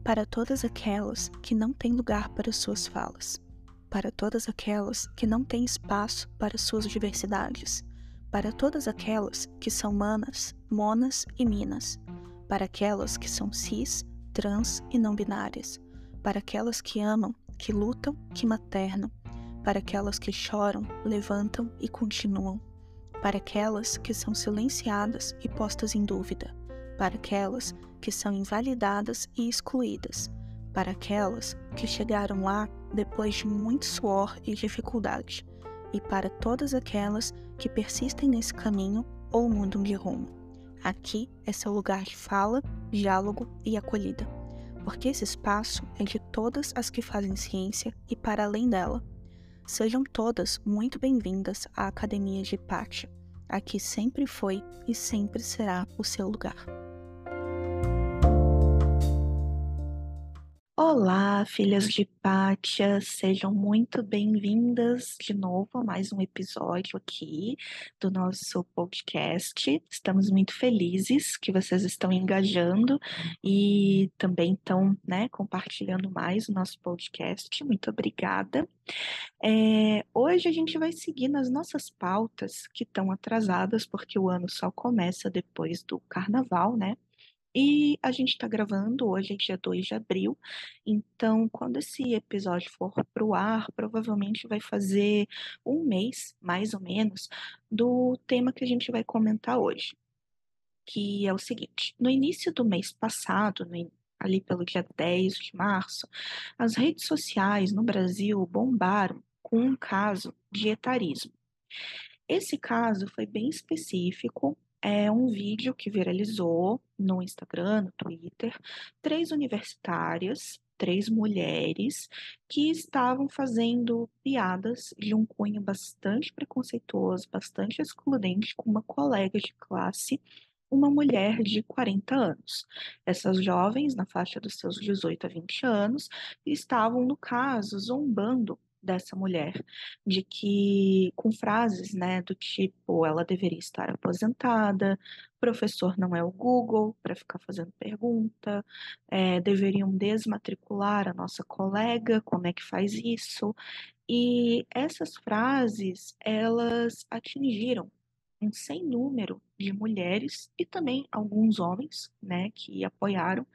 para todas aquelas que não têm lugar para suas falas, para todas aquelas que não têm espaço para suas diversidades, para todas aquelas que são manas, monas e minas, para aquelas que são cis, trans e não binárias, para aquelas que amam, que lutam, que maternam, para aquelas que choram, levantam e continuam, para aquelas que são silenciadas e postas em dúvida, para aquelas que são invalidadas e excluídas, para aquelas que chegaram lá depois de muito suor e dificuldade, e para todas aquelas que persistem nesse caminho ou mudam de rumo. Aqui é seu lugar de fala, diálogo e acolhida, porque esse espaço é de todas as que fazem ciência e para além dela. Sejam todas muito bem-vindas à Academia de Hipátia. Aqui sempre foi e sempre será o seu lugar. Olá, filhas de Hipátia, sejam muito bem-vindas de novo a mais um episódio aqui do nosso podcast. Estamos muito felizes que vocês estão engajando e também estão, compartilhando mais o nosso podcast. Muito obrigada. Hoje a gente vai seguir nas nossas pautas que estão atrasadas, porque o ano só começa depois do carnaval, né? E a gente está gravando hoje, é dia 2 de abril, então quando esse episódio for pro ar, provavelmente vai fazer um mês, mais ou menos, do tema que a gente vai comentar hoje, que é o seguinte: no início do mês passado, ali pelo dia 10 de março, as redes sociais no Brasil bombaram com um caso de etarismo. Esse caso foi bem específico, é um vídeo que viralizou no Instagram, no Twitter, 3 universitárias, 3 mulheres, que estavam fazendo piadas de um cunho bastante preconceituoso, bastante excludente com uma colega de classe, uma mulher de 40 anos. Essas jovens, na faixa dos seus 18 a 20 anos, estavam, no caso, zombando dessa mulher, de que com frases, do tipo, ela deveria estar aposentada, professor não é o Google para ficar fazendo pergunta, deveriam desmatricular a nossa colega, como é que faz isso? E essas frases, elas atingiram um sem número de mulheres e também alguns homens, que apoiaram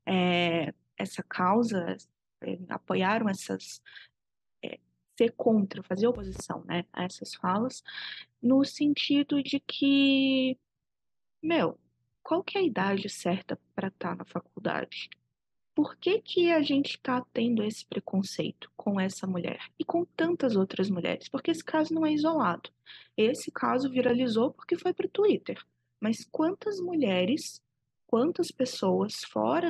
essa causa, apoiaram essas ser contra, fazer oposição, a essas falas, no sentido de que, qual que é a idade certa para estar na faculdade? Por que que a gente está tendo esse preconceito com essa mulher e com tantas outras mulheres? Porque esse caso não é isolado. Esse caso viralizou porque foi para o Twitter. Mas quantas mulheres, quantas pessoas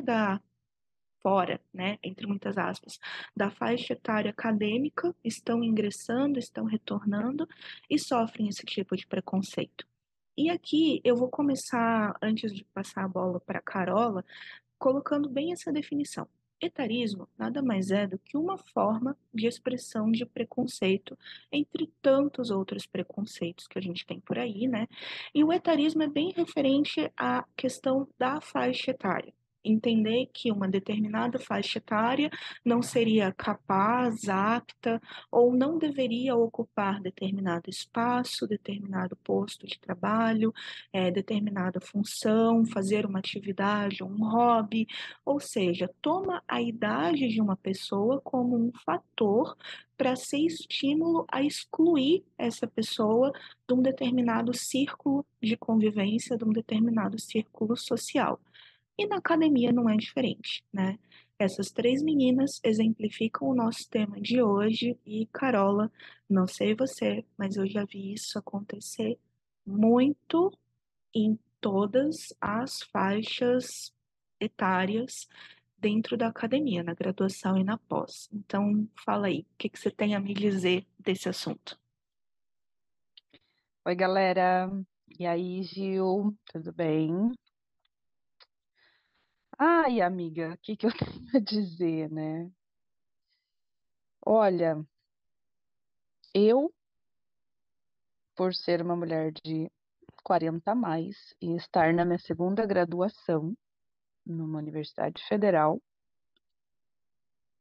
fora, entre muitas aspas, da faixa etária acadêmica, estão ingressando, estão retornando e sofrem esse tipo de preconceito. E aqui eu vou começar, antes de passar a bola para a Carola, colocando bem essa definição. Etarismo nada mais é do que uma forma de expressão de preconceito, entre tantos outros preconceitos que a gente tem por aí, né? E o etarismo é bem referente à questão da faixa etária. Entender que uma determinada faixa etária não seria capaz, apta ou não deveria ocupar determinado espaço, determinado posto de trabalho, determinada função, fazer uma atividade, um hobby, ou seja, toma a idade de uma pessoa como um fator para ser estímulo a excluir essa pessoa de um determinado círculo de convivência, de um determinado círculo social. E na academia não é diferente, né? Essas 3 meninas exemplificam o nosso tema de hoje e, Carola, não sei você, mas eu já vi isso acontecer muito em todas as faixas etárias dentro da academia, na graduação e na pós. Então, fala aí, o que que você tem a me dizer desse assunto? Oi, galera. E aí, Gil? Tudo bem? Ai, amiga, o que que eu tenho a dizer, né? Olha, eu, por ser uma mulher de 40 a mais e estar na minha segunda graduação numa universidade federal,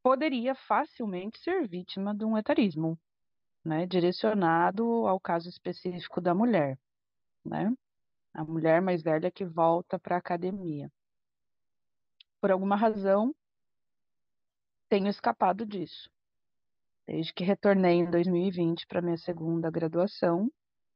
poderia facilmente ser vítima de um etarismo, né, direcionado ao caso específico da mulher, né? A mulher mais velha que volta para a academia. Por alguma razão, tenho escapado disso. Desde que retornei em 2020 para minha segunda graduação,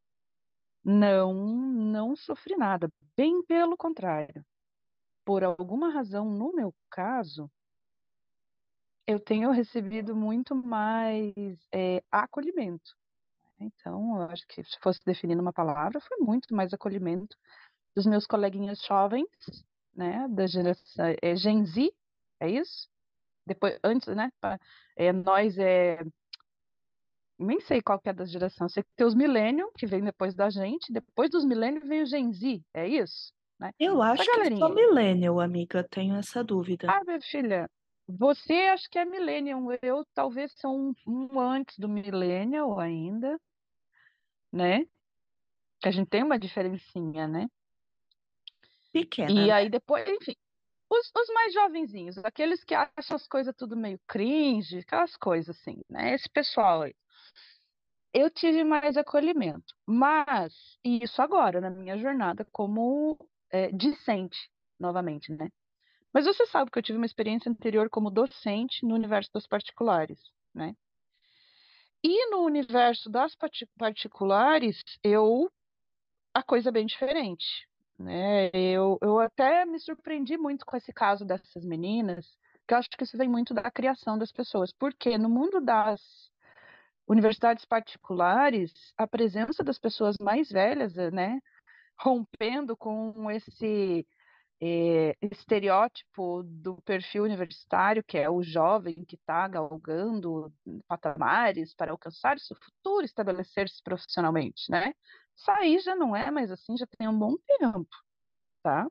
não sofri nada. Bem pelo contrário. Por alguma razão, no meu caso, eu tenho recebido muito mais acolhimento. Então, eu acho que se fosse definir uma palavra, foi muito mais acolhimento dos meus coleguinhas jovens, né, da geração Gen Z, é isso? Depois, antes, né? Nós nem sei qual que é da geração. Sei que tem os Millennium, que vem depois da gente. Depois dos Millennium vem o Gen Z, é isso? Né? Eu Essa acho que sou galerinha. millennial, amiga, tenho essa dúvida. Ah, minha filha, você acho que é Millennium. Eu talvez sou um antes do Millennial ainda, né? Que a gente tem uma diferencinha, né? Pequena, E né? aí depois, enfim, os mais jovenzinhos, aqueles que acham as coisas tudo meio cringe, aquelas coisas assim, né? Esse pessoal aí. Eu tive mais acolhimento, mas isso agora, na minha jornada como discente, novamente, né? Mas você sabe que eu tive uma experiência anterior como docente no universo das particulares, né? E no universo das particulares, a coisa é bem diferente, né? Eu até me surpreendi muito com esse caso dessas meninas, que eu acho que isso vem muito da criação das pessoas, porque no mundo das universidades particulares, a presença das pessoas mais velhas, né, rompendo com esse estereótipo do perfil universitário, que é o jovem que está galgando patamares para alcançar seu futuro, estabelecer-se profissionalmente, né? Isso aí já não é mais assim, já tem um bom tempo, tá?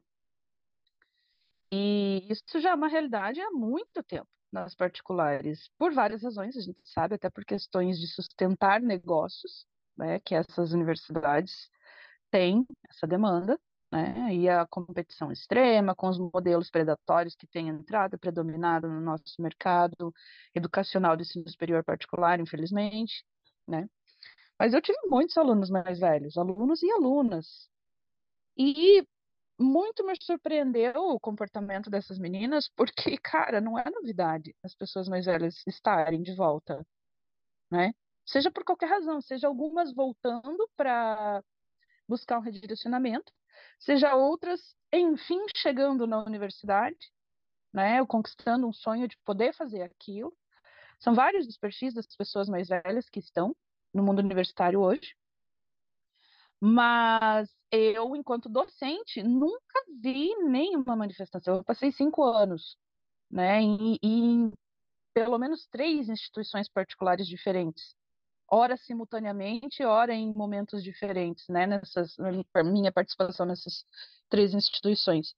E isso já é uma realidade há muito tempo nas particulares, por várias razões, a gente sabe, até por questões de sustentar negócios, né, que essas universidades têm essa demanda, né, e a competição extrema com os modelos predatórios que têm entrado, predominado no nosso mercado educacional de ensino superior particular, infelizmente, né. Mas eu tive muitos alunos mais velhos, alunos e alunas, e muito me surpreendeu o comportamento dessas meninas, porque, cara, não é novidade as pessoas mais velhas estarem de volta, né? Seja por qualquer razão, seja algumas voltando para buscar um redirecionamento, seja outras, enfim, chegando na universidade, né? Ou conquistando um sonho de poder fazer aquilo. São vários os perfis das pessoas mais velhas que estão no mundo universitário hoje. Mas eu, enquanto docente, nunca vi nenhuma manifestação. Eu passei 5 anos, né, em pelo menos 3 instituições particulares diferentes, ora simultaneamente, ora em momentos diferentes, né, minha participação nessas 3 instituições.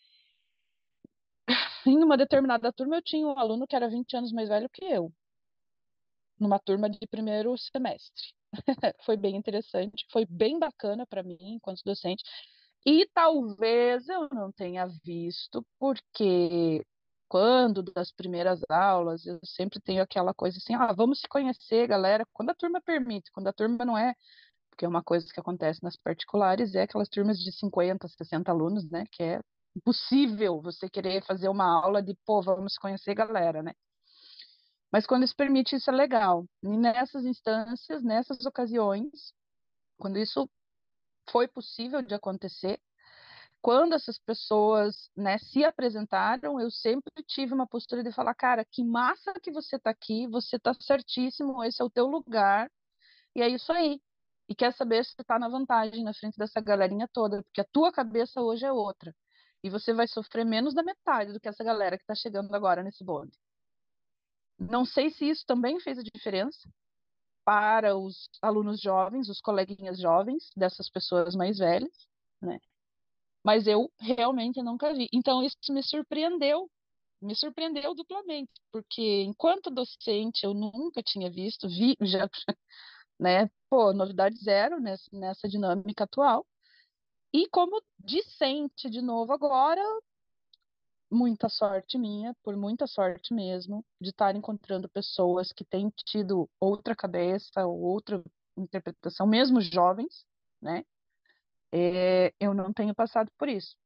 Em uma determinada turma, eu tinha um aluno que era 20 anos mais velho que eu, numa turma de primeiro semestre. Foi bem interessante, foi bem bacana para mim, enquanto docente. E talvez eu não tenha visto, porque quando das primeiras aulas eu sempre tenho aquela coisa assim, vamos se conhecer, galera, quando a turma permite, quando a turma não é, porque uma coisa que acontece nas particulares é aquelas turmas de 50, 60 alunos, né, que é impossível você querer fazer uma aula de, pô, vamos se conhecer, galera, né? Mas quando isso permite, isso é legal. E nessas instâncias, nessas ocasiões, quando isso foi possível de acontecer, quando essas pessoas, né, se apresentaram, eu sempre tive uma postura de falar, cara, que massa que você está aqui, você está certíssimo, esse é o teu lugar, e é isso aí. E quer saber se você está na vantagem na frente dessa galerinha toda, porque a tua cabeça hoje é outra. E você vai sofrer menos da metade do que essa galera que está chegando agora nesse bonde. Não sei se isso também fez a diferença para os alunos jovens, os coleguinhas jovens dessas pessoas mais velhas, né? Mas eu realmente nunca vi. Então isso me surpreendeu duplamente, porque enquanto docente eu nunca tinha visto, vi já, né? Pô, novidade zero nessa dinâmica atual. E como discente de novo agora, muita sorte minha, por muita sorte mesmo, de estar encontrando pessoas que têm tido outra cabeça ou outra interpretação, mesmo jovens, né? Eu não tenho passado por isso.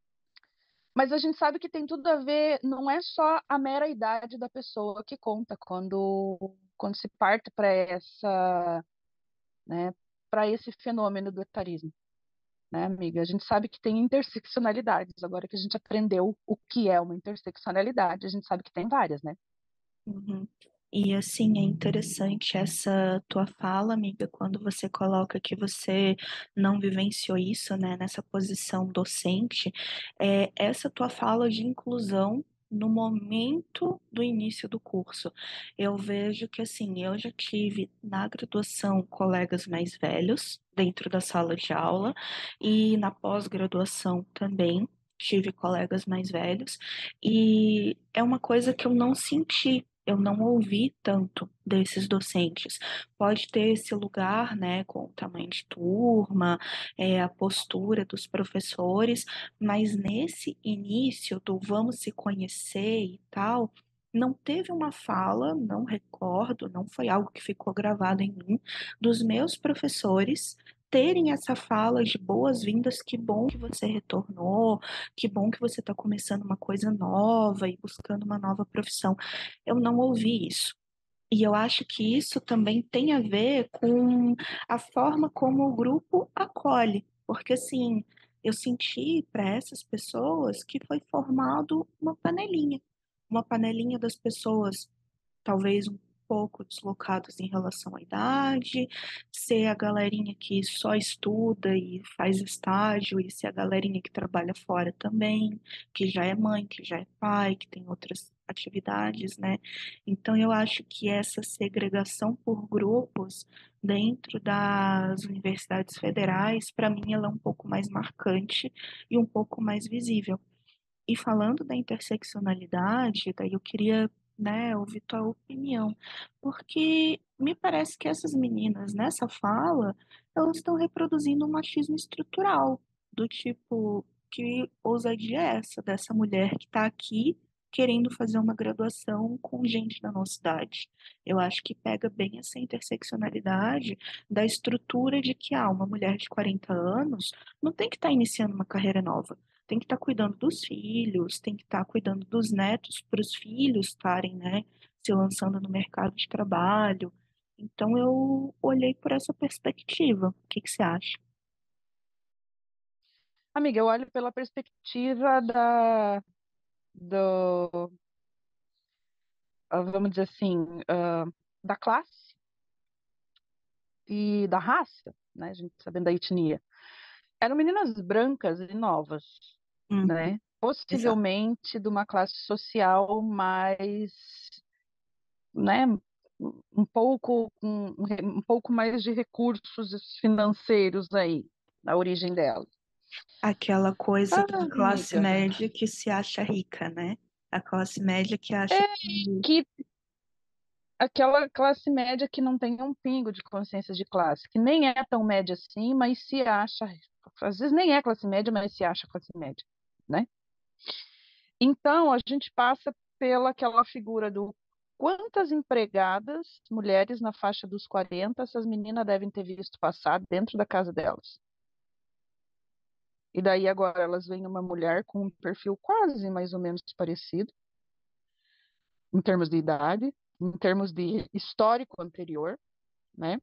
Mas a gente sabe que tem tudo a ver, não é só a mera idade da pessoa que conta quando se parte para essa, né, para esse fenômeno do etarismo, né, amiga? A gente sabe que tem interseccionalidades, agora que a gente aprendeu o que é uma interseccionalidade, a gente sabe que tem várias, né? Uhum. E assim, é interessante essa tua fala, amiga, quando você coloca que você não vivenciou isso, né, nessa posição docente, essa tua fala de inclusão no momento do início do curso. Eu vejo que, assim, eu já tive na graduação colegas mais velhos dentro da sala de aula e na pós-graduação também tive colegas mais velhos, e é uma coisa que eu não senti. Eu não ouvi tanto desses docentes. Pode ter esse lugar, né, com o tamanho de turma, a postura dos professores, mas nesse início do vamos se conhecer e tal, não teve uma fala, não recordo, não foi algo que ficou gravado em mim, dos meus professores terem essa fala de boas-vindas, que bom que você retornou, que bom que você está começando uma coisa nova e buscando uma nova profissão. Eu não ouvi isso. E eu acho que isso também tem a ver com a forma como o grupo acolhe, porque assim, eu senti para essas pessoas que foi formado uma panelinha das pessoas talvez um pouco deslocados em relação à idade, ser a galerinha que só estuda e faz estágio, e ser a galerinha que trabalha fora também, que já é mãe, que já é pai, que tem outras atividades, né? Então eu acho que essa segregação por grupos dentro das universidades federais, para mim, ela é um pouco mais marcante e um pouco mais visível. E falando da interseccionalidade, daí eu queria, né, ouvir tua opinião, porque me parece que essas meninas nessa fala, elas estão reproduzindo um machismo estrutural, do tipo, que ousadia é essa dessa mulher que está aqui querendo fazer uma graduação com gente da nossa idade. Eu acho que pega bem essa interseccionalidade da estrutura de que uma mulher de 40 anos não tem que estar iniciando uma carreira nova, tem que estar cuidando dos filhos, tem que estar cuidando dos netos para os filhos estarem, né, se lançando no mercado de trabalho. Então eu olhei por essa perspectiva. O que que você acha? Amiga, eu olho pela perspectiva do, vamos dizer assim, da classe e da raça, né? A gente sabendo da etnia. Eram meninas brancas e novas, Uhum, né? exato. Possivelmente de uma classe social mais, né? Um pouco mais de recursos financeiros aí, na origem delas. Aquela coisa Ah, da classe amiga, média que se acha rica, né? A classe média que acha é que que aquela classe média que não tem um pingo de consciência de classe, que nem é tão média assim, mas se acha, às vezes nem é classe média, mas se acha classe média, né? Então, a gente passa pela aquela figura do quantas empregadas, mulheres na faixa dos 40, essas meninas devem ter visto passar dentro da casa delas. E daí agora elas veem uma mulher com um perfil quase mais ou menos parecido, em termos de idade, em termos de histórico anterior, né?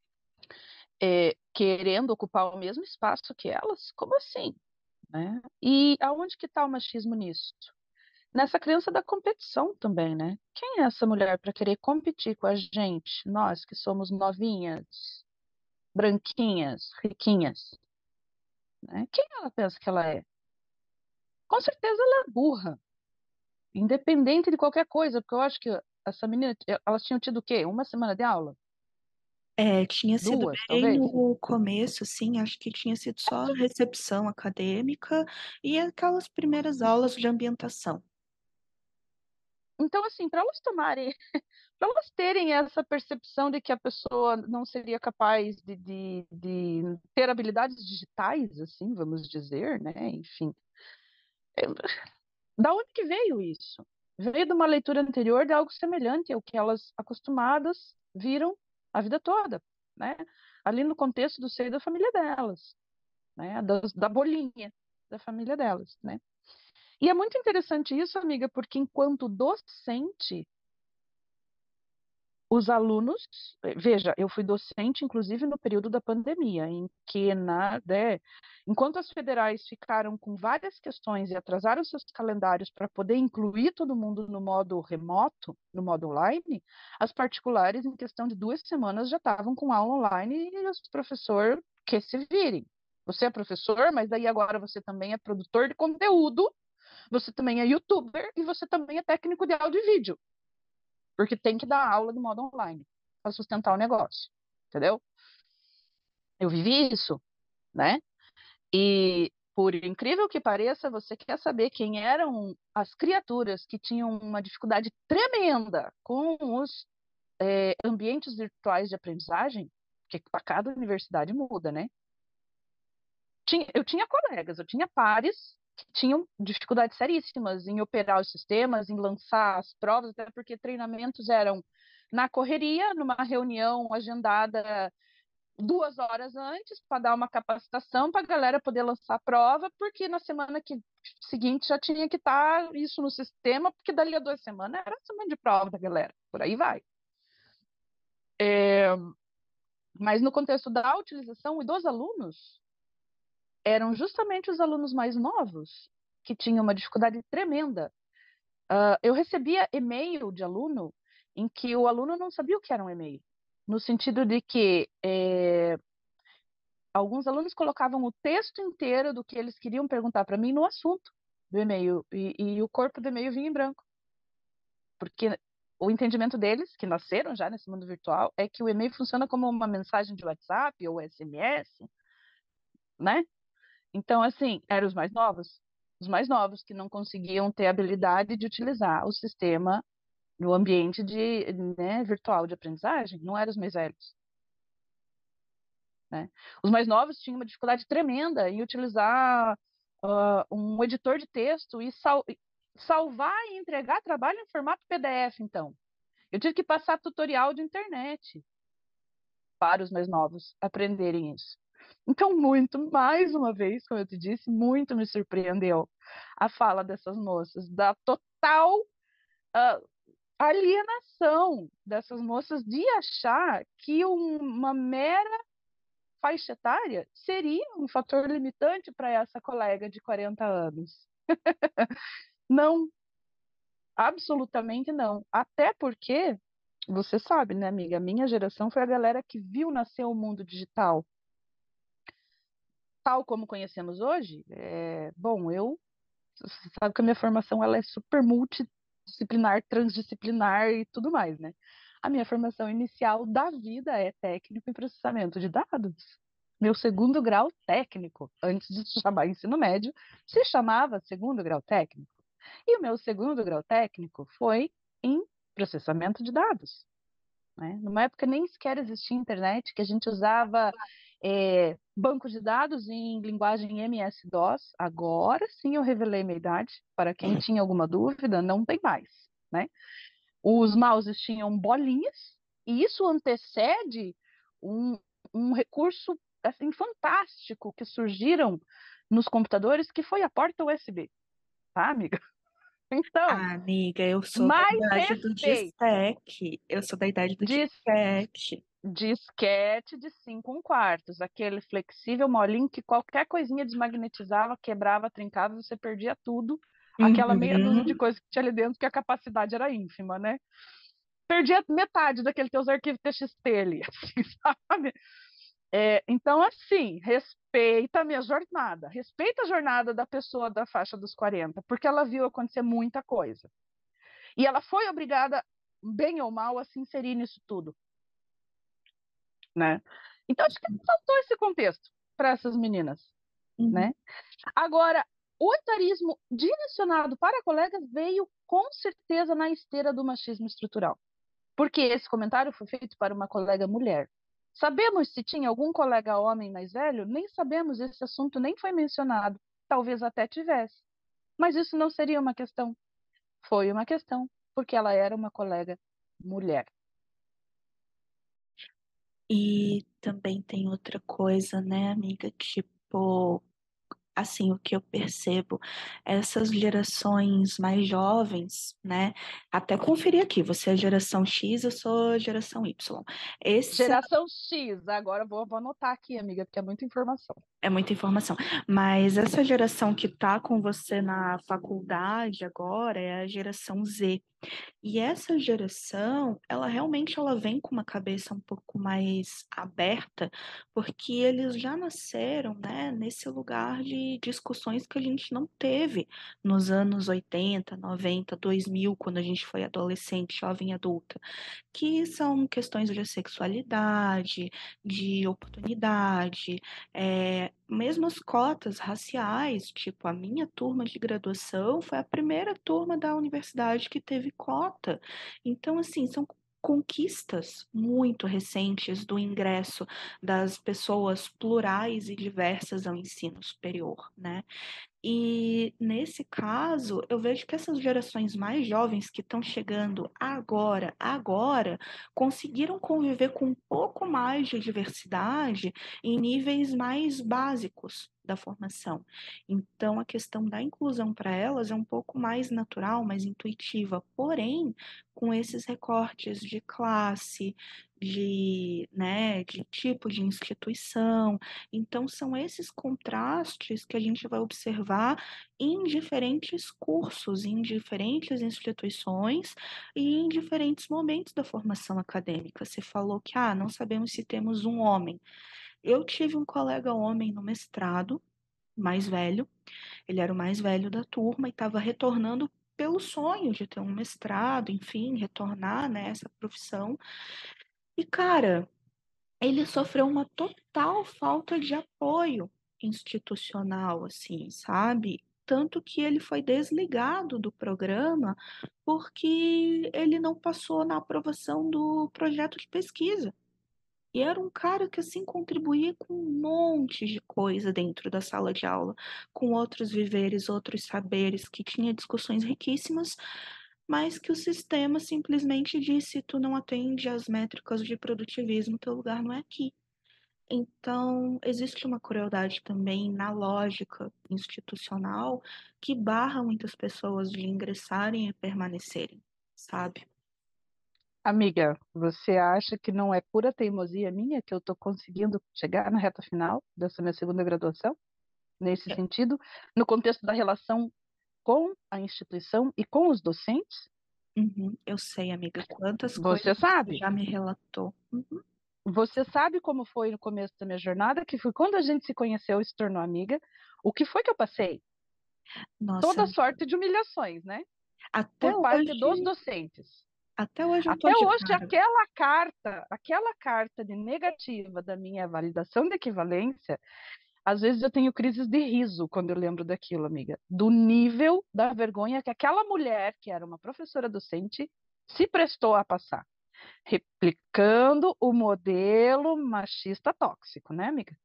Querendo ocupar o mesmo espaço que elas? Como assim? Né? E aonde que está o machismo nisso? Nessa crença da competição também, né? Quem é essa mulher para querer competir com a gente, nós que somos novinhas, branquinhas, riquinhas, né? Quem ela pensa que ela é? Com certeza ela é burra, independente de qualquer coisa, porque eu acho que essa menina, elas tinham tido o quê? Uma semana de aula? tinha sido Duas, bem talvez? no começo, assim, acho que tinha sido só a recepção acadêmica e aquelas primeiras aulas de ambientação. Então, assim, para elas tomarem para elas terem essa percepção de que a pessoa não seria capaz de ter habilidades digitais, assim, vamos dizer, né? Enfim, Da onde que veio isso? Veio de uma leitura anterior de algo semelhante ao que elas acostumadas viram a vida toda, né? Ali no contexto do seio da família delas, né? Da bolinha da família delas, né? E é muito interessante isso, amiga, porque enquanto docente, os alunos, veja, eu fui docente, inclusive, no período da pandemia, em que, enquanto as federais ficaram com várias questões e atrasaram seus calendários para poder incluir todo mundo no modo remoto, no modo online, as particulares, em questão de 2 semanas, já estavam com aula online e os professores que se virem. Você é professor, mas daí agora você também é produtor de conteúdo, você também é youtuber e você também é técnico de áudio e vídeo, porque tem que dar aula de modo online para sustentar o negócio, entendeu? Eu vivi isso, né? E por incrível que pareça, você quer saber quem eram as criaturas que tinham uma dificuldade tremenda com os ambientes virtuais de aprendizagem, porque para cada universidade muda, né? Eu tinha colegas, eu tinha pares que tinham dificuldades seríssimas em operar os sistemas, em lançar as provas, até porque treinamentos eram na correria, numa reunião agendada 2 horas antes para dar uma capacitação para a galera poder lançar a prova, porque na semana seguinte já tinha que estar isso no sistema, porque dali a 2 semanas era a semana de prova da galera, por aí vai. Mas no contexto da utilização e dos alunos, eram justamente os alunos mais novos que tinham uma dificuldade tremenda. Eu recebia e-mail de aluno em que o aluno não sabia o que era um e-mail, no sentido de que alguns alunos colocavam o texto inteiro do que eles queriam perguntar para mim no assunto do e-mail, e o corpo do e-mail vinha em branco, porque o entendimento deles, que nasceram já nesse mundo virtual, é que o e-mail funciona como uma mensagem de WhatsApp ou SMS, né? Então, assim, eram os mais novos que não conseguiam ter a habilidade de utilizar o sistema no ambiente né, virtual de aprendizagem, não eram os mais velhos. Né? Os mais novos tinham uma dificuldade tremenda em utilizar um editor de texto e salvar e entregar trabalho em formato PDF, então. Eu tive que passar tutorial de internet para os mais novos aprenderem isso. Então, mais uma vez, como eu te disse, muito me surpreendeu a fala dessas moças, da total alienação dessas moças de achar que uma mera faixa etária seria um fator limitante para essa colega de 40 anos. Não, absolutamente não. Até porque, você sabe, né, amiga? A minha geração foi a galera que viu nascer o mundo digital. Tal como conhecemos hoje, você sabe que a minha formação ela é super multidisciplinar, transdisciplinar e tudo mais, né? A minha formação inicial da vida é técnico em processamento de dados. Meu segundo grau técnico, antes de se chamar ensino médio, se chamava segundo grau técnico. E o meu segundo grau técnico foi em processamento de dados. Né? Numa época nem sequer existia internet, que a gente usava banco de dados em linguagem MS-DOS. Agora sim eu revelei minha idade. Para quem tinha alguma dúvida, não tem mais. Né? Os mouses tinham bolinhas, e isso antecede um recurso assim, fantástico que surgiram nos computadores, que foi a porta USB. Tá, amiga? Então, Ah, amiga, eu sou da mais idade do respeito. disquete. Eu sou da idade do Dis disquete. Disquete de 5 1/4, aquele flexível molinho que qualquer coisinha desmagnetizava, quebrava, trincava, você perdia tudo. Aquela meia dúzia de Uhum. coisas que tinha ali dentro, que a capacidade era ínfima, né? Perdia metade daquele teus arquivos TXT ali, assim, sabe? Então, assim, respeita a minha jornada, respeita a jornada da pessoa da faixa dos 40, porque ela viu acontecer muita coisa. E ela foi obrigada, bem ou mal, a se inserir nisso tudo. Né? Então, acho que faltou esse contexto para essas meninas. Uhum. Né? Agora, o etarismo direcionado para colegas veio com certeza na esteira do machismo estrutural. Porque esse comentário foi feito para uma colega mulher. Sabemos se tinha algum colega homem mais velho? Nem sabemos, esse assunto nem foi mencionado. Talvez até tivesse. Mas isso não seria uma questão. Foi uma questão, porque ela era uma colega mulher. E também tem outra coisa, né, amiga? Tipo, assim, o que eu percebo, essas gerações mais jovens, né? Até conferir aqui, você é geração X, eu sou geração Y. Esse Geração X, agora vou anotar aqui, amiga, porque é muita informação. é muita informação. Mas essa geração que tá com você na faculdade agora é a geração Z. E essa geração, ela vem com uma cabeça um pouco mais aberta, porque eles já nasceram, né, nesse lugar de discussões que a gente não teve nos anos 80, 90, 2000, quando a gente foi adolescente, jovem adulta, que são questões de sexualidade, de oportunidade, mesmo as cotas raciais, tipo, a minha turma de graduação foi a primeira turma da universidade que teve cota. Então, assim, são conquistas muito recentes do ingresso das pessoas plurais e diversas ao ensino superior, né? E nesse caso, eu vejo que essas gerações mais jovens que estão chegando agora, conseguiram conviver com um pouco mais de diversidade em níveis mais básicos da formação. Então, a questão da inclusão para elas é um pouco mais natural, mais intuitiva, porém, com esses recortes de classe, de tipo de instituição, então, são esses contrastes que a gente vai observar em diferentes cursos, em diferentes instituições e em diferentes momentos da formação acadêmica. Você falou que, não sabemos se temos um homem. Eu tive um colega homem no mestrado, mais velho, ele era o mais velho da turma e estava retornando pelo sonho de ter um mestrado, enfim, retornar nessa profissão. E, cara, ele sofreu uma total falta de apoio institucional, assim, sabe? Tanto que ele foi desligado do programa porque ele não passou na aprovação do projeto de pesquisa. E era um cara que, assim, contribuía com um monte de coisa dentro da sala de aula, com outros viveres, outros saberes, que tinha discussões riquíssimas, mas que o sistema simplesmente disse: tu não atende às métricas de produtivismo, teu lugar não é aqui. Então, existe uma crueldade também na lógica institucional que barra muitas pessoas de ingressarem e permanecerem, sabe? Amiga, você acha que não é pura teimosia minha que eu estou conseguindo chegar na reta final dessa minha segunda graduação? Nesse É. sentido, no contexto da relação com a instituição e com os docentes? Uhum, eu sei, amiga, quantas coisas Você você sabe. já me relatou. Uhum. Você sabe como foi no começo da minha jornada, que foi quando a gente se conheceu e se tornou amiga. O que foi que eu passei? Nossa, Toda sorte de humilhações, né? até Por parte dos hoje, docentes. até hoje eu tô Até de hoje, cara. aquela carta de negativa da minha validação de equivalência, às vezes eu tenho crises de riso quando eu lembro daquilo, amiga. Do nível da vergonha que aquela mulher, que era uma professora docente, se prestou a passar. Replicando o modelo machista tóxico, né, amiga?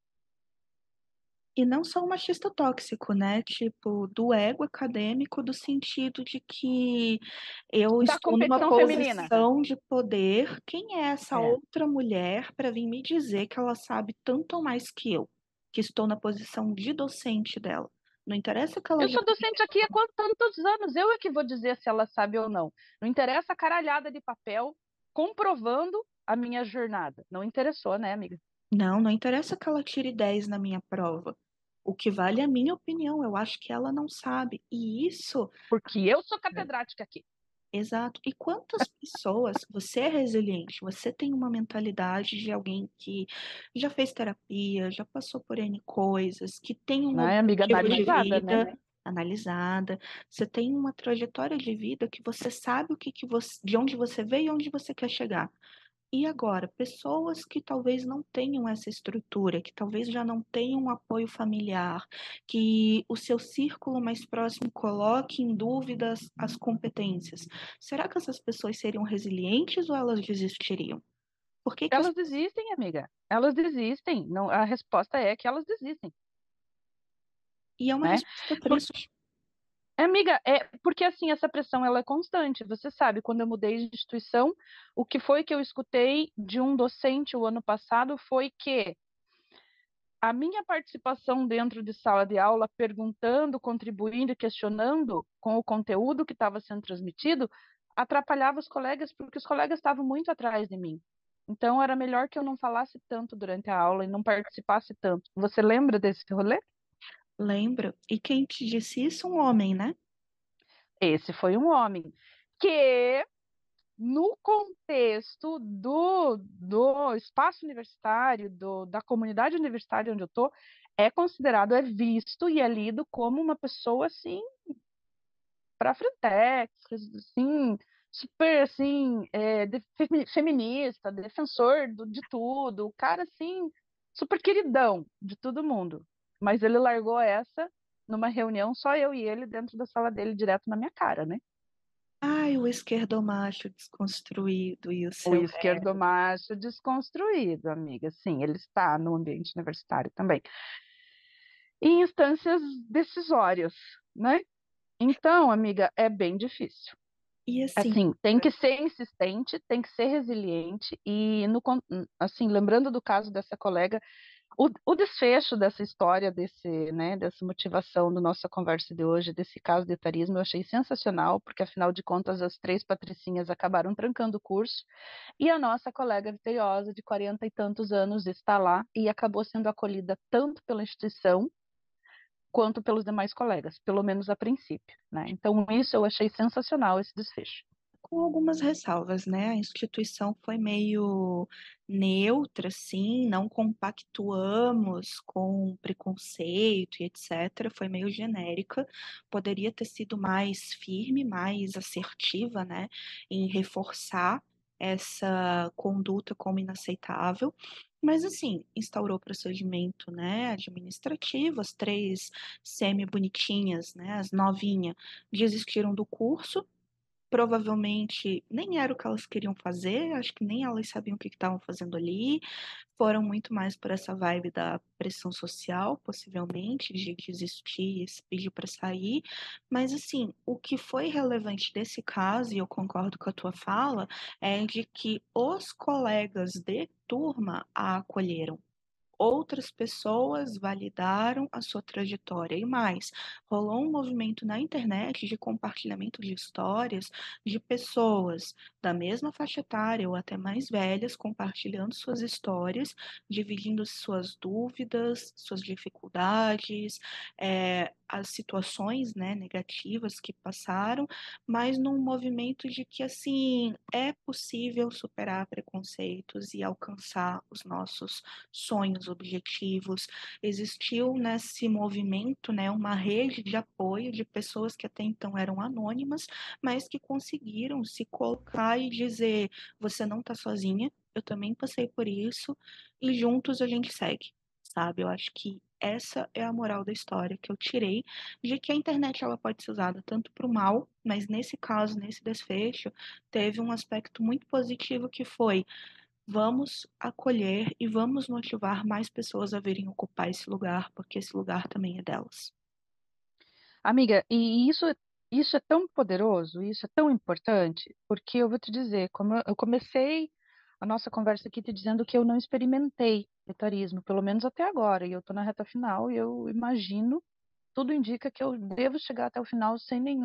E não só o machista tóxico, né? Tipo, do ego acadêmico, do sentido de que eu Da estou numa competição feminina. posição de poder. Quem é essa É. outra mulher para vir me dizer que ela sabe tanto ou mais que eu, que estou na posição de docente dela? Não interessa que ela Eu já sou docente aqui há tantos anos, eu é que vou dizer se ela sabe ou não. Não interessa a caralhada de papel comprovando a minha jornada. Não interessou, né, amiga? não interessa que ela tire 10 na minha prova. O que vale é a minha opinião. Eu acho que ela não sabe. E isso. Porque eu sou catedrática aqui. Exato. E quantas pessoas, você é resiliente, você tem uma mentalidade de alguém que já fez terapia, já passou por N coisas, que tem um Né, amiga objetivo de analisada, né? vida analisada, você tem uma trajetória de vida que você sabe o que você, de onde você veio e onde você quer chegar. E agora, pessoas que talvez não tenham essa estrutura, que talvez já não tenham um apoio familiar, que o seu círculo mais próximo coloque em dúvidas as competências. Será que essas pessoas seriam resilientes ou elas desistiriam? Por que que as... Elas desistem, amiga. Elas desistem. Não, a resposta é que elas desistem, E é uma né? resposta Por- triste. Amiga, é porque assim, essa pressão ela é constante. Você sabe, quando eu mudei de instituição, o que foi que eu escutei de um docente o ano passado foi que a minha participação dentro de sala de aula, perguntando, contribuindo e questionando com o conteúdo que estava sendo transmitido, atrapalhava os colegas, porque os colegas estavam muito atrás de mim. Então, era melhor que eu não falasse tanto durante a aula e não participasse tanto. Você lembra desse rolê? Lembro. E quem te disse isso? Um homem, né? Esse foi um homem que, no contexto do espaço universitário, da comunidade universitária onde eu estou, é considerado, é visto e é lido como uma pessoa assim para frentex, assim, super assim, feminista, defensor de tudo, o cara assim, super queridão de todo mundo. Mas ele largou essa numa reunião, só eu e ele dentro da sala dele, direto na minha cara, né? Ai, o esquerdomacho desconstruído e o O seu ego. esquerdomacho desconstruído, amiga. Sim, ele está no ambiente universitário também. Em instâncias decisórias, né? Então, amiga, é bem difícil. E assim, Assim, tem que ser insistente, tem que ser resiliente e assim, lembrando do caso dessa colega, o desfecho dessa história, dessa motivação da nossa conversa de hoje, desse caso de etarismo, eu achei sensacional, porque afinal de contas as três patricinhas acabaram trancando o curso e a nossa colega vitoriosa de 40 e tantos anos está lá e acabou sendo acolhida tanto pela instituição quanto pelos demais colegas, pelo menos a princípio, né? Então isso eu achei sensacional esse desfecho. com algumas ressalvas, né? A instituição foi meio neutra, assim, não compactuamos com preconceito e etc. Foi meio genérica. Poderia ter sido mais firme, mais assertiva, né? Em reforçar essa conduta como inaceitável. Mas, assim, instaurou procedimento, né, administrativo, as três semi-bonitinhas, né, as novinhas, desistiram do curso, provavelmente nem era o que elas queriam fazer, acho que nem elas sabiam o que estavam fazendo ali, foram muito mais por essa vibe da pressão social, possivelmente, de desistir, esse pedir para sair, mas assim, o que foi relevante desse caso, e eu concordo com a tua fala, é de que os colegas de turma a acolheram. Outras pessoas validaram a sua trajetória e mais, rolou um movimento na internet de compartilhamento de histórias de pessoas da mesma faixa etária ou até mais velhas compartilhando suas histórias, dividindo suas dúvidas, suas dificuldades, as situações, né, negativas que passaram, mas num movimento de que assim é possível superar preconceitos e alcançar os nossos sonhos, objetivos. Existiu nesse movimento, né, uma rede de apoio de pessoas que até então eram anônimas, mas que conseguiram se colocar e dizer: você não está sozinha, eu também passei por isso, e juntos a gente segue, sabe? Eu acho que essa é a moral da história que eu tirei, de que a internet ela pode ser usada tanto para o mal, mas nesse caso, nesse desfecho, teve um aspecto muito positivo que foi: vamos acolher e vamos motivar mais pessoas a virem ocupar esse lugar, porque esse lugar também é delas. Amiga, e isso é tão poderoso, isso é tão importante, porque eu vou te dizer, como eu comecei a nossa conversa aqui te dizendo que eu não experimentei etarismo, pelo menos até agora, e eu estou na reta final e eu imagino, tudo indica que eu devo chegar até o final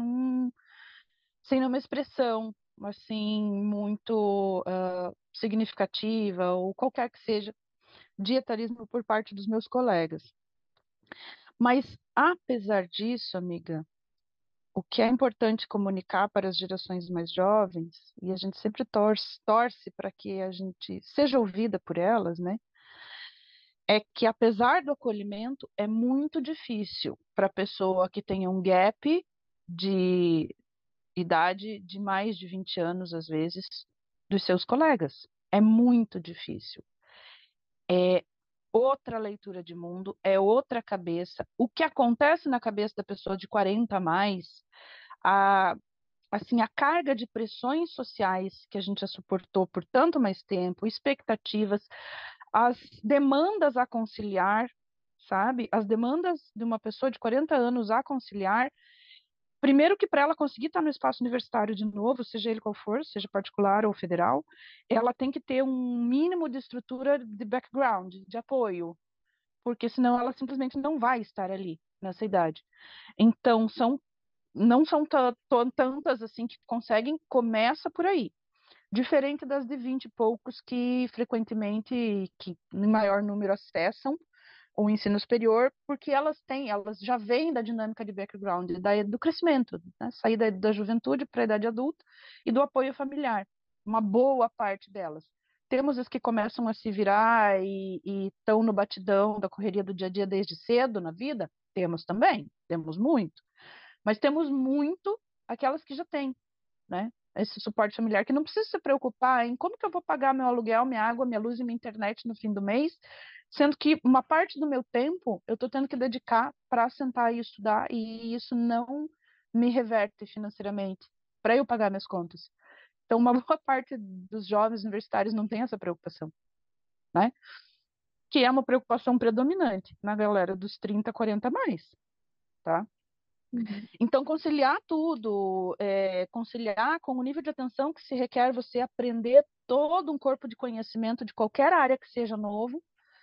sem nenhuma expressão, assim, muito significativa ou qualquer que seja de etarismo por parte dos meus colegas. Mas, apesar disso, amiga, o que é importante comunicar para as gerações mais jovens, e a gente sempre torce para que a gente seja ouvida por elas, né? É que apesar do acolhimento, é muito difícil para a pessoa que tenha um gap de idade de mais de 20 anos, às vezes, dos seus colegas. É muito difícil. É outra leitura de mundo, é outra cabeça. O que acontece na cabeça da pessoa de 40 a mais, a assim, a carga de pressões sociais que a gente já suportou por tanto mais tempo, expectativas, as demandas a conciliar, sabe? As demandas de uma pessoa de 40 anos a conciliar Primeiro que para ela conseguir estar no espaço universitário de novo, seja ele qual for, seja particular ou federal, ela tem que ter um mínimo de estrutura de background, de apoio, porque senão ela simplesmente não vai estar ali nessa idade. Então, não são tantas assim que conseguem, começa por aí. Diferente das de 20 e poucos que frequentemente, que em maior número acessam o ensino superior, porque elas já vêm da dinâmica de background, do crescimento, né? Sair da juventude para a idade adulta e do apoio familiar, uma boa parte delas. Temos as que começam a se virar e estão no batidão da correria do dia a dia desde cedo na vida, temos também, temos muito, mas temos muito aquelas que já têm, né? Esse suporte familiar, que não precisa se preocupar em como que eu vou pagar meu aluguel, minha água, minha luz e minha internet no fim do mês, sendo que uma parte do meu tempo eu estou tendo que dedicar para sentar e estudar, e isso não me reverte financeiramente para eu pagar minhas contas. Então, uma boa parte dos jovens universitários não tem essa preocupação, né? Que é uma preocupação predominante na galera dos 30, 40 mais, tá? Uhum. Então, conciliar tudo, conciliar com o nível de atenção que se requer você aprender todo um corpo de conhecimento de qualquer área que seja novo,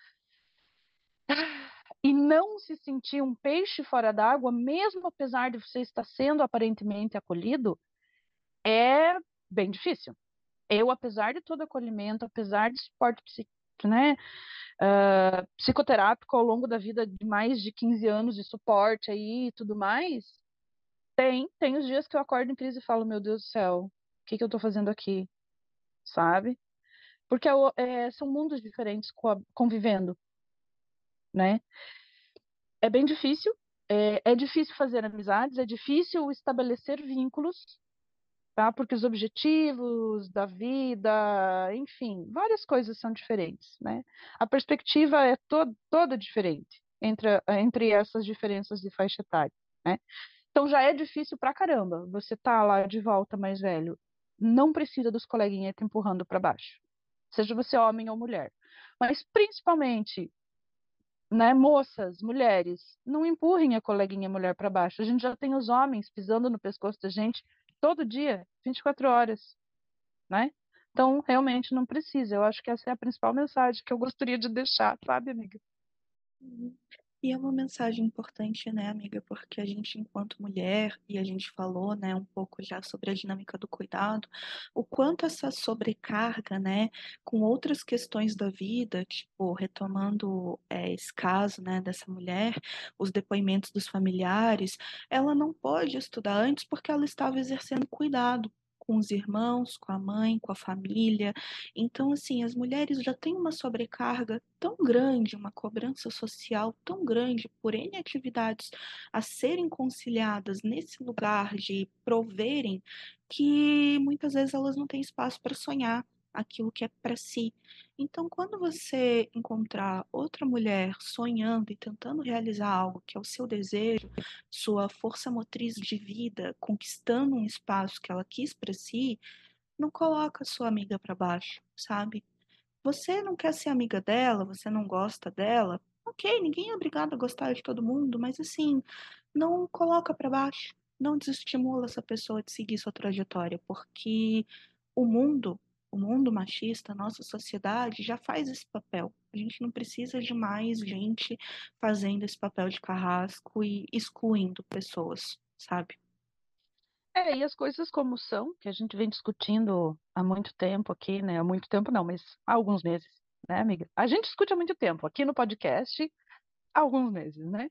e não se sentir um peixe fora d'água, mesmo apesar de você estar sendo aparentemente acolhido, é bem difícil. Eu, apesar de todo acolhimento, apesar de suporte né, psicoterápico ao longo da vida de mais de 15 anos de suporte aí e tudo mais, tem os dias que eu acordo em crise e falo, meu Deus do céu, o que que eu tô fazendo aqui, sabe? Porque são mundos diferentes convivendo, né? É bem difícil, é difícil fazer amizades, é difícil estabelecer vínculos, tá? Porque os objetivos da vida, enfim, várias coisas são diferentes, né? A perspectiva é toda diferente entre essas diferenças de faixa etária, né? Então já é difícil pra caramba. Você tá lá de volta mais velho, não precisa dos coleguinhas te empurrando para baixo, seja você homem ou mulher. Mas principalmente, né, moças, mulheres, não empurrem a coleguinha mulher para baixo. A gente já tem os homens pisando no pescoço da gente todo dia, 24 horas, né? Então, realmente não precisa. Eu acho que essa é a principal mensagem que eu gostaria de deixar, sabe, amiga? Uhum. E é uma mensagem importante, né, amiga? Porque a gente, enquanto mulher, e a gente falou, né, um pouco já sobre a dinâmica do cuidado, o quanto essa sobrecarga, né, com outras questões da vida, tipo, retomando esse caso, né, dessa mulher, os depoimentos dos familiares, ela não pôde estudar antes porque ela estava exercendo cuidado com os irmãos, com a mãe, com a família. Então, assim, as mulheres já têm uma sobrecarga tão grande, uma cobrança social tão grande por N atividades a serem conciliadas nesse lugar de proverem, que muitas vezes elas não têm espaço para sonhar aquilo que é para si. Então, quando você encontrar outra mulher sonhando e tentando realizar algo que é o seu desejo, sua força motriz de vida, conquistando um espaço que ela quis para si, não coloca sua amiga para baixo, sabe? Você não quer ser amiga dela, você não gosta dela, ok, ninguém é obrigado a gostar de todo mundo, mas assim, não coloca para baixo, não desestimula essa pessoa de seguir sua trajetória, porque o mundo, o mundo machista, a nossa sociedade já faz esse papel. A gente não precisa de mais gente fazendo esse papel de carrasco e excluindo pessoas, sabe? E as coisas como são, que a gente vem discutindo há muito tempo aqui, né? Há muito tempo não, mas há alguns meses, né, amiga? A gente discute há muito tempo aqui no podcast, há alguns meses, né?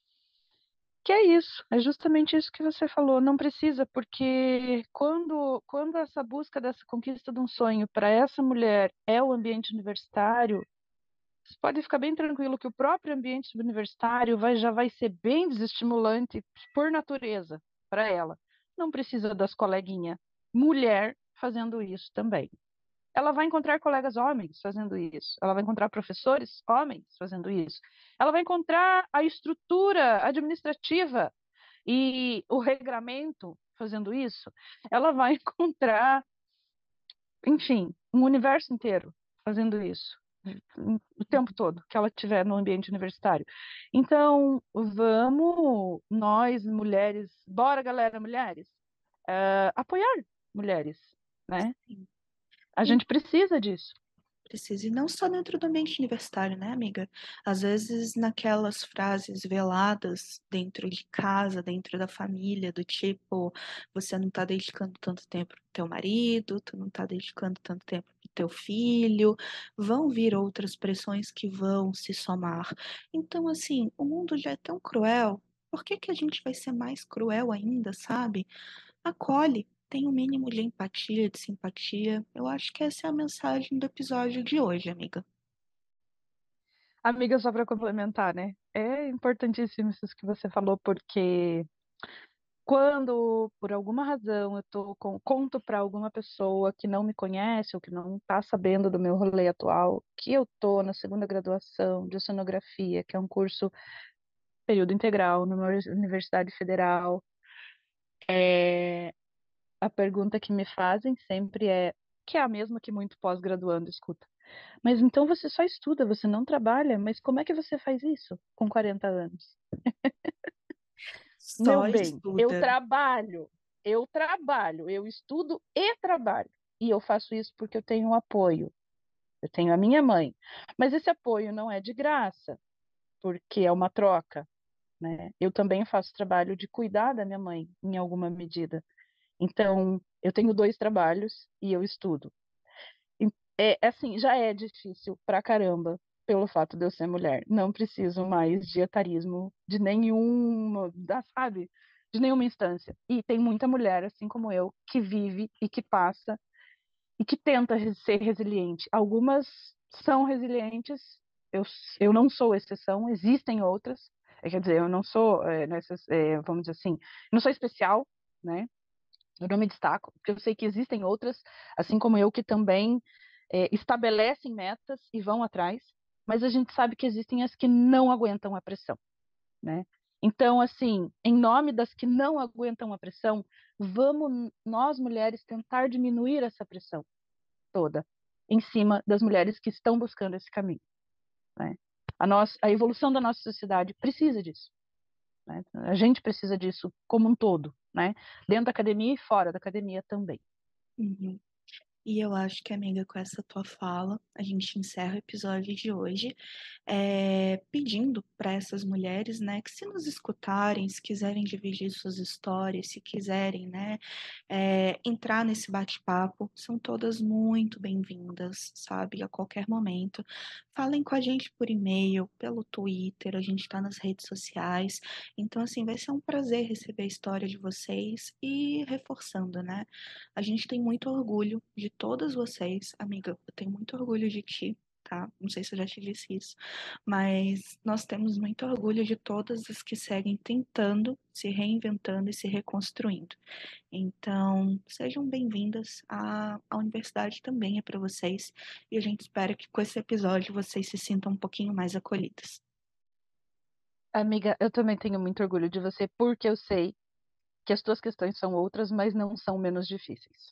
Que é isso, é justamente isso que você falou. Não precisa, porque quando essa busca dessa conquista de um sonho para essa mulher é o ambiente universitário, você pode ficar bem tranquilo que o próprio ambiente universitário já vai ser bem desestimulante por natureza para ela. Não precisa das coleguinhas mulher fazendo isso também. Ela vai encontrar colegas homens fazendo isso. Ela vai encontrar professores homens fazendo isso. Ela vai encontrar a estrutura administrativa e o regramento fazendo isso. Ela vai encontrar, enfim, um universo inteiro fazendo isso. o tempo todo que ela estiver no ambiente universitário. Então, vamos, nós, mulheres, bora, galera, mulheres, apoiar mulheres, né? Sim. A E gente precisa disso. precisa, e não só dentro do ambiente universitário, né, amiga? Às vezes naquelas frases veladas dentro de casa, dentro da família, do tipo, você não tá dedicando tanto tempo pro teu marido, tu não tá dedicando tanto tempo pro teu filho, vão vir outras pressões que vão se somar. Então, assim, o mundo já é tão cruel, por que que a gente vai ser mais cruel ainda, sabe? Acolhe, tem um mínimo de empatia, de simpatia. Eu acho que essa é a mensagem do episódio de hoje, amiga. Amiga, só para complementar, né? É importantíssimo isso que você falou, porque quando, por alguma razão, conto para alguma pessoa que não me conhece ou que não está sabendo do meu rolê atual, que eu tô na segunda graduação de oceanografia, que é um curso período integral numa universidade federal, a pergunta que me fazem sempre é, que é a mesma que muito pós-graduando escuta. Mas então você só estuda, você não trabalha, mas como é que você faz isso com 40 anos? Meu Só bem, estuda. eu estudo e trabalho. E eu faço isso porque eu tenho um apoio. Eu tenho a minha mãe. Mas esse apoio não é de graça, porque é uma troca, né? Eu também faço trabalho de cuidar da minha mãe, em alguma medida. Então, eu tenho dois trabalhos e eu estudo. Assim, já é difícil pra caramba pelo fato de eu ser mulher. Não preciso mais de etarismo de nenhuma, sabe? De nenhuma instância. E tem muita mulher, assim como eu, que vive e que passa e que tenta ser resiliente. Algumas são resilientes, eu, eu não sou exceção, existem outras. Quer dizer, eu não sou, vamos dizer assim, não sou especial, né? Eu não me destaco, porque eu sei que existem outras, assim como eu, que também estabelecem metas e vão atrás, mas a gente sabe que existem as que não aguentam a pressão, né? Então, assim, em nome das que não aguentam a pressão, vamos nós mulheres tentar diminuir essa pressão toda em cima das mulheres que estão buscando esse caminho, né? A evolução da nossa sociedade precisa disso, né? A gente precisa disso como um todo, né? Dentro da academia e fora da academia também. Uhum. E eu acho que, amiga, com essa tua fala, a gente encerra o episódio de hoje, pedindo para essas mulheres, né, que se nos escutarem, se quiserem dividir suas histórias, se quiserem, né, entrar nesse bate-papo, são todas muito bem-vindas, sabe, a qualquer momento. Falem com a gente por e-mail, pelo Twitter, a gente está nas redes sociais. Então, assim, vai ser um prazer receber a história de vocês e reforçando, né? A gente tem muito orgulho de todas vocês. Amiga, eu tenho muito orgulho de ti, tá? Não sei se eu já te disse isso, mas nós temos muito orgulho de todas as que seguem tentando, se reinventando e se reconstruindo. Então, sejam bem-vindas. A universidade também é para vocês e a gente espera que com esse episódio vocês se sintam um pouquinho mais acolhidas. Amiga, eu também tenho muito orgulho de você, porque eu sei que as tuas questões são outras, mas não são menos difíceis.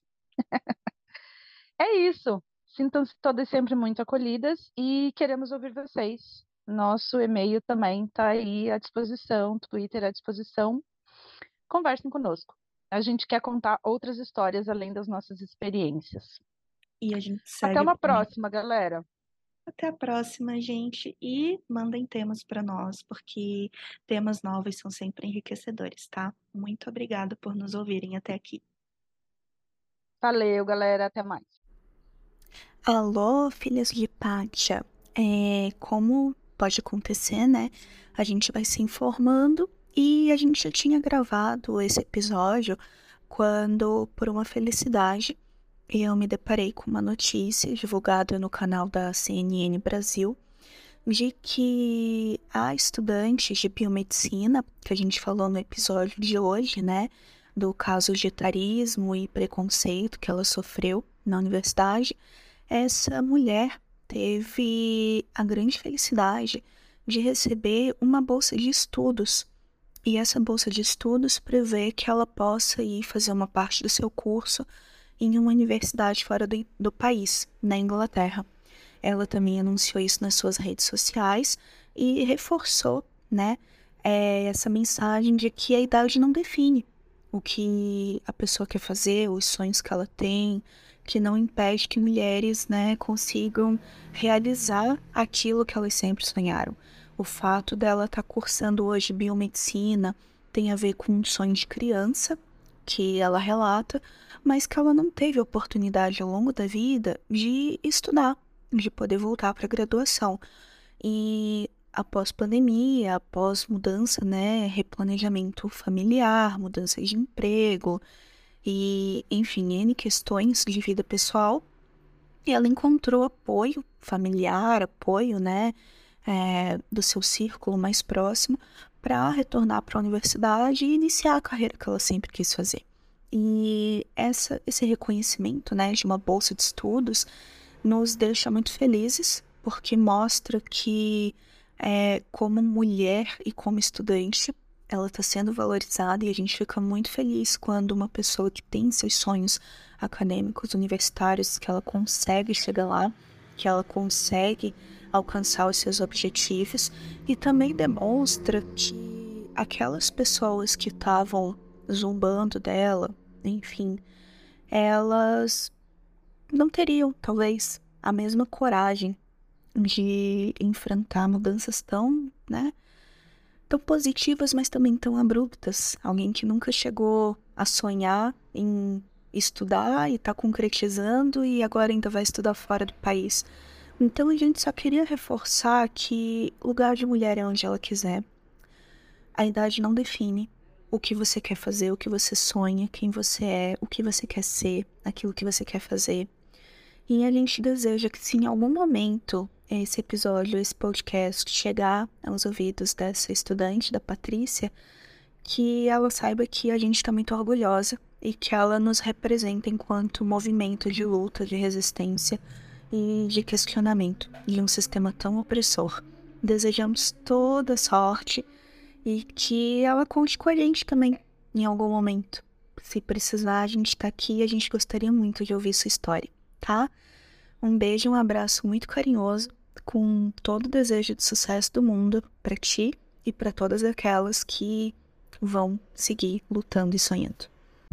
É isso. Sintam-se todas sempre muito acolhidas e queremos ouvir vocês. Nosso e-mail também está aí à disposição, Twitter à disposição. Conversem conosco. A gente quer contar outras histórias além das nossas experiências. E a gente Até segue uma por aí. próxima, galera. Até a próxima, gente. E mandem temas para nós, porque temas novos são sempre enriquecedores, tá? Muito obrigada por nos ouvirem até aqui. Valeu, galera. Até mais. Alô, filhas de Pátia. Como pode acontecer, né? A gente vai se informando e a gente já tinha gravado esse episódio quando, por uma felicidade, eu me deparei com uma notícia divulgada no canal da CNN Brasil de que a estudante de biomedicina, que a gente falou no episódio de hoje, né? Do caso de etarismo e preconceito que ela sofreu na universidade, essa mulher teve a grande felicidade de receber uma bolsa de estudos. E essa bolsa de estudos prevê que ela possa ir fazer uma parte do seu curso em uma universidade fora do país, na Inglaterra. ela também anunciou isso nas suas redes sociais e reforçou, né, essa mensagem de que a idade não define o que a pessoa quer fazer, os sonhos que ela tem, que não impede que mulheres, né, consigam realizar aquilo que elas sempre sonharam. O fato dela estar cursando hoje biomedicina tem a ver com um sonho de criança, que ela relata, mas que ela não teve oportunidade ao longo da vida de estudar, de poder voltar para a graduação. E após pandemia, após mudança, né, replanejamento familiar, mudança de emprego e, enfim, N questões de vida pessoal, ela encontrou apoio familiar, apoio, né, do seu círculo mais próximo para retornar para a universidade e iniciar a carreira que ela sempre quis fazer. E esse reconhecimento, né, de uma bolsa de estudos nos deixa muito felizes, porque mostra que, como mulher e como estudante, ela está sendo valorizada e a gente fica muito feliz quando uma pessoa que tem seus sonhos acadêmicos, universitários, que ela consegue chegar lá, que ela consegue alcançar os seus objetivos e também demonstra que aquelas pessoas que estavam zombando dela, enfim, elas não teriam, talvez, a mesma coragem de enfrentar mudanças tão, né, tão positivas, mas também tão abruptas. Alguém que nunca chegou a sonhar em estudar e está concretizando e agora ainda vai estudar fora do país. Então a gente só queria reforçar que lugar de mulher é onde ela quiser. A idade não define o que você quer fazer, o que você sonha, quem você é, o que você quer ser, aquilo que você quer fazer. E a gente deseja que se em algum momento esse episódio, esse podcast chegar aos ouvidos dessa estudante, da Patrícia, que ela saiba que a gente está muito orgulhosa e que ela nos representa enquanto movimento de luta, de resistência e de questionamento de um sistema tão opressor. Desejamos toda sorte e que ela conte com a gente também em algum momento. Se precisar, a gente está aqui e a gente gostaria muito de ouvir sua história, tá? Um beijo, um abraço muito carinhoso, com todo o desejo de sucesso do mundo para ti e para todas aquelas que vão seguir lutando e sonhando.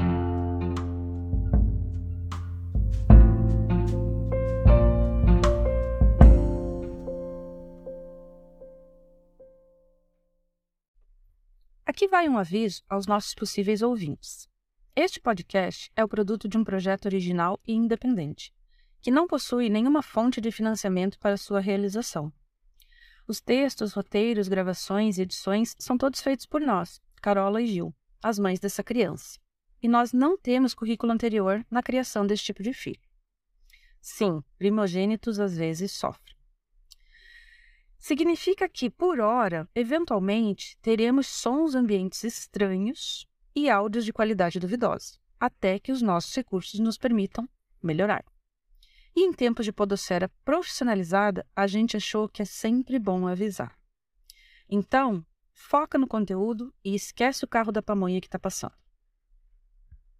Aqui vai um aviso aos nossos possíveis ouvintes. Este podcast é o produto de um projeto original e independente, que não possui nenhuma fonte de financiamento para sua realização. Os textos, roteiros, gravações e edições são todos feitos por nós, Carola e Gil, as mães dessa criança. E nós não temos currículo anterior na criação desse tipo de filho. Sim, primogênitos às vezes sofrem. Significa que, por hora, eventualmente, teremos sons ambientes estranhos e áudios de qualidade duvidosa, até que os nossos recursos nos permitam melhorar. E em tempos de podosfera profissionalizada, a gente achou que é sempre bom avisar. Então, foca no conteúdo e esquece o carro da pamonha que está passando.